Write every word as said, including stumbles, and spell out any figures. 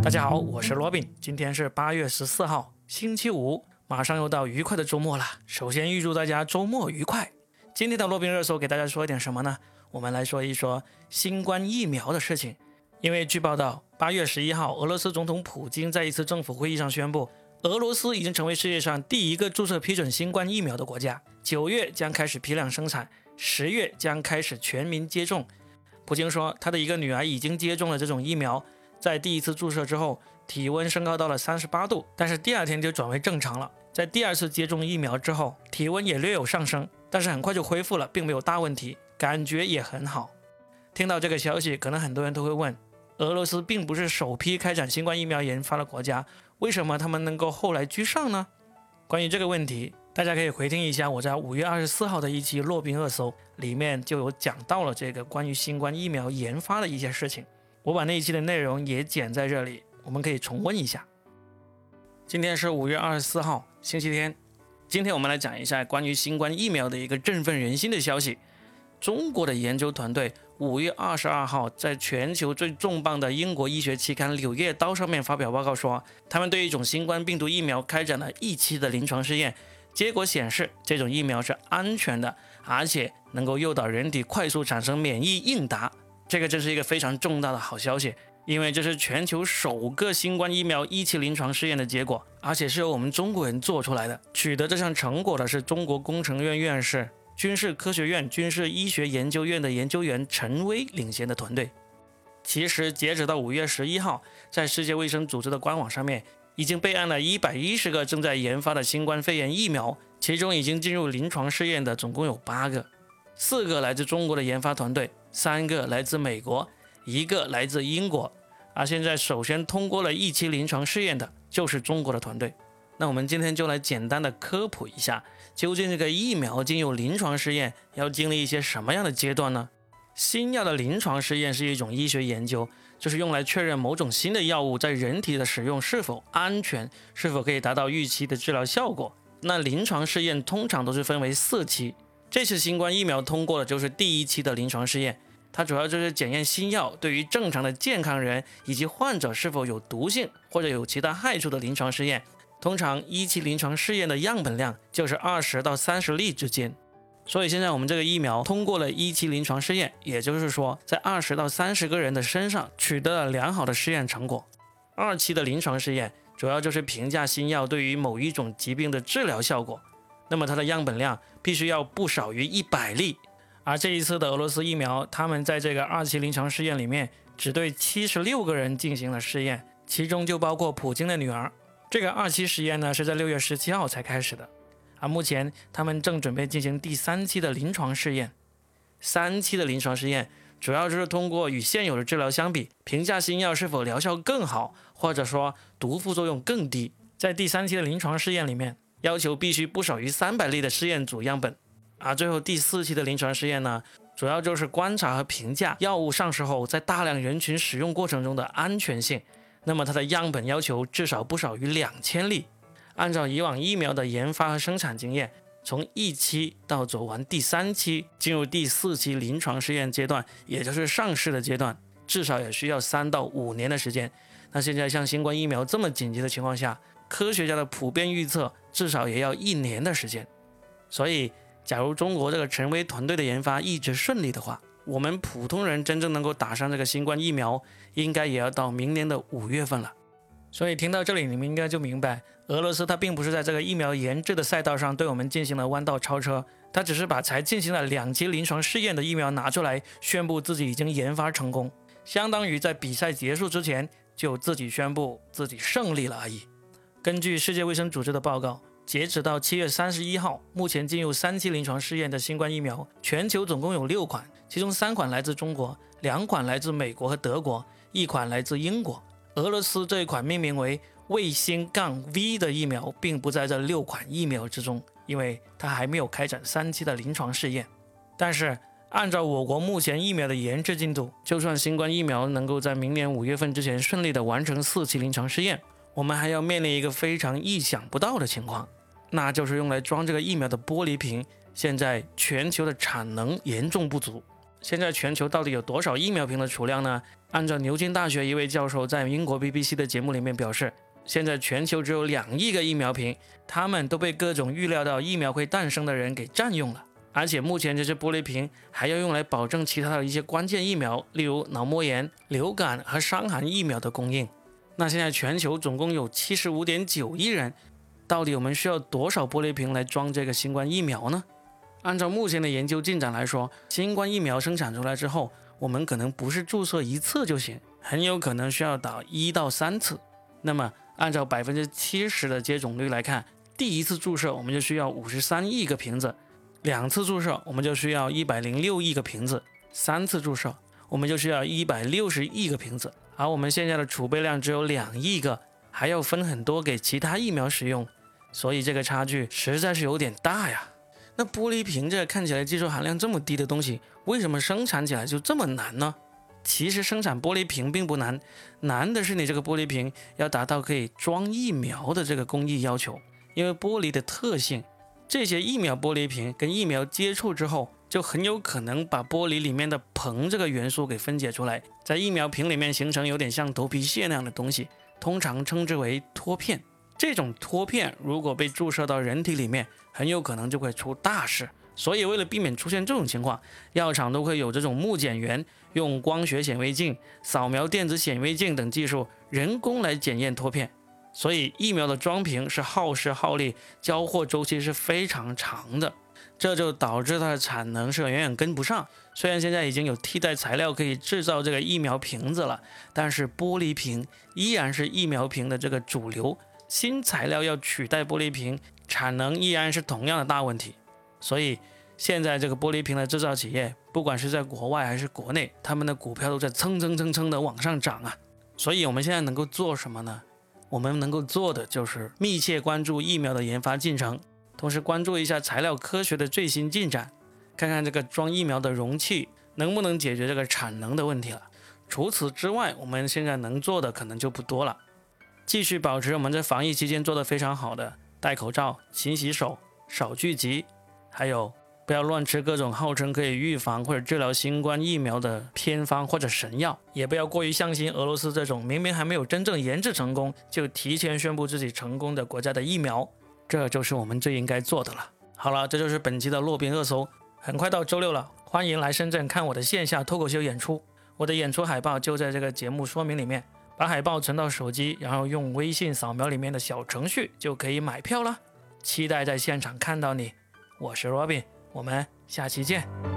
大家好，我是罗宾，今天是八月十四号，星期五，马上又到愉快的周末了。首先预祝大家周末愉快。今天的罗宾热搜给大家说一点什么呢？我们来说一说新冠疫苗的事情。因为据报道，八月十一号，俄罗斯总统普京在一次政府会议上宣布，俄罗斯已经成为世界上第一个注册批准新冠疫苗的国家，九月将开始批量生产，十月将开始全民接种。普京说，他的一个女儿已经接种了这种疫苗，在第一次注射之后，体温升高到了三十八度，但是第二天就转为正常了。在第二次接种疫苗之后，体温也略有上升，但是很快就恢复了，并没有大问题，感觉也很好。听到这个消息，可能很多人都会问，俄罗斯并不是首批开展新冠疫苗研发的国家，为什么他们能够后来居上呢？关于这个问题，大家可以回听一下我在五月二十四号的一期洛宾热搜，里面就有讲到了这个关于新冠疫苗研发的一些事情。我把那一期的内容也剪在这里，我们可以重温一下。今天是五月二十四号，星期天。今天我们来讲一下关于新冠疫苗的一个振奋人心的消息。中国的研究团队五月二十二号在全球最重磅的英国医学期刊《柳叶刀》上面发表报告说，他们对一种新冠病毒疫苗开展了一期的临床试验，结果显示这种疫苗是安全的，而且能够诱导人体快速产生免疫应答。这个真是一个非常重大的好消息，因为这是全球首个新冠疫苗一期临床试验的结果，而且是由我们中国人做出来的。取得这项成果的是中国工程院院士、军事科学院军事医学研究院的研究员陈薇领衔的团队。其实截止到五月十一号，在世界卫生组织的官网上面已经备案了一百一十个正在研发的新冠肺炎疫苗，其中已经进入临床试验的总共有八个，四个来自中国的研发团队，三个来自美国，一个来自英国。而现在首先通过了一期临床试验的就是中国的团队。那我们今天就来简单的科普一下，究竟这个疫苗进入临床试验要经历一些什么样的阶段呢？新药的临床试验是一种医学研究，就是用来确认某种新的药物在人体的使用是否安全，是否可以达到预期的治疗效果。那临床试验通常都是分为四期，这次新冠疫苗通过的就是第一期的临床试验，它主要就是检验新药对于正常的健康人以及患者是否有毒性或者有其他害处的临床试验。通常一期临床试验的样本量就是二十到三十例之间，所以现在我们这个疫苗通过了一期临床试验，也就是说在二十到三十个人的身上取得了良好的试验成果。二期的临床试验主要就是评价新药对于某一种疾病的治疗效果，那么它的样本量必须要不少于一百例。而这一次的俄罗斯疫苗，他们在这个二期临床试验里面只对七十六个人进行了试验，其中就包括普京的女儿。这个二期实验呢是在六月十七号才开始的，而目前他们正准备进行第三期的临床试验。三期的临床试验主要就是通过与现有的治疗相比，评价新药是否疗效更好，或者说毒副作用更低。在第三期的临床试验里面，要求必须不少于三百例的试验组样本。而最后第四期的临床试验呢，主要就是观察和评价药物上市后在大量人群使用过程中的安全性。那么它的样本要求至少不少于两千例。按照以往疫苗的研发和生产经验，从一期到走完第三期，进入第四期临床试验阶段，也就是上市的阶段，至少也需要三到五年的时间。那现在像新冠疫苗这么紧急的情况下，科学家的普遍预测至少也要一年的时间。所以假如中国这个陈薇团队的研发一直顺利的话，我们普通人真正能够打上这个新冠疫苗，应该也要到明年的五月份了。所以听到这里，你们应该就明白，俄罗斯它并不是在这个疫苗研制的赛道上对我们进行了弯道超车，它只是把才进行了两期临床试验的疫苗拿出来，宣布自己已经研发成功，相当于在比赛结束之前就自己宣布自己胜利了而已。根据世界卫生组织的报告，截止到七月三十一号，目前进入三期临床试验的新冠疫苗，全球总共有六款，其中三款来自中国，两款来自美国和德国，一款来自英国。俄罗斯这一款命名为卫星 -V 的疫苗并不在这六款疫苗之中，因为它还没有开展三期的临床试验。但是按照我国目前疫苗的研制进度，就算新冠疫苗能够在明年五月份之前顺利的完成四期临床试验，我们还要面临一个非常意想不到的情况，那就是用来装这个疫苗的玻璃瓶，现在全球的产能严重不足。 现在全球到底有多少疫苗瓶的储量呢？按照牛津大学一位教授在英国 B B C 的节目里面表示，现在全球只有两亿个疫苗瓶，它们都被各种预料到疫苗会诞生的人给占用了。而且目前这些玻璃瓶还要用来保证其他的一些关键疫苗，例如脑膜炎、流感和伤寒疫苗的供应。那现在全球总共有 七十五点九亿人，到底我们需要多少玻璃瓶来装这个新冠疫苗呢？按照目前的研究进展来说，新冠疫苗生产出来之后，我们可能不是注射一次就行，很有可能需要打一到三次。那么按照 百分之七十 的接种率来看，第一次注射我们就需要五十三亿个瓶子，两次注射我们就需要一百零六亿个瓶子，三次注射我们就需要一百六十亿个瓶子。而我们现在的储备量只有两亿个，还要分很多给其他疫苗使用，所以这个差距实在是有点大呀。那玻璃瓶这看起来技术含量这么低的东西，为什么生产起来就这么难呢？其实生产玻璃瓶并不难，难的是你这个玻璃瓶要达到可以装疫苗的这个工艺要求。因为玻璃的特性，这些疫苗玻璃瓶跟疫苗接触之后，就很有可能把玻璃里面的硼这个元素给分解出来，在疫苗瓶里面形成有点像头皮屑那样的东西，通常称之为脱片。这种脱片如果被注射到人体里面，很有可能就会出大事。所以为了避免出现这种情况，药厂都会有这种目检员，用光学显微镜、扫描电子显微镜等技术人工来检验脱片。所以疫苗的装瓶是耗时耗力，交货周期是非常长的，这就导致它的产能是远远跟不上。虽然现在已经有替代材料可以制造这个疫苗瓶子了，但是玻璃瓶依然是疫苗瓶的这个主流，新材料要取代玻璃瓶，产能依然是同样的大问题。所以现在这个玻璃瓶的制造企业，不管是在国外还是国内，他们的股票都在蹭蹭蹭蹭的往上涨啊。所以我们现在能够做什么呢？我们能够做的就是密切关注疫苗的研发进程，同时关注一下材料科学的最新进展，看看这个装疫苗的容器能不能解决这个产能的问题了。除此之外，我们现在能做的可能就不多了。继续保持我们在防疫期间做得非常好的戴口罩、勤洗手、少聚集，还有不要乱吃各种号称可以预防或者治疗新冠疫苗的偏方或者神药，也不要过于相信俄罗斯这种明明还没有真正研制成功就提前宣布自己成功的国家的疫苗，这就是我们最应该做的了。好了，这就是本期的洛宾热搜。很快到周六了，欢迎来深圳看我的线下脱口秀演出，我的演出海报就在这个节目说明里面，把海报存到手机，然后用微信扫描里面的小程序就可以买票了。期待在现场看到你，我是 Robin，我们下期见。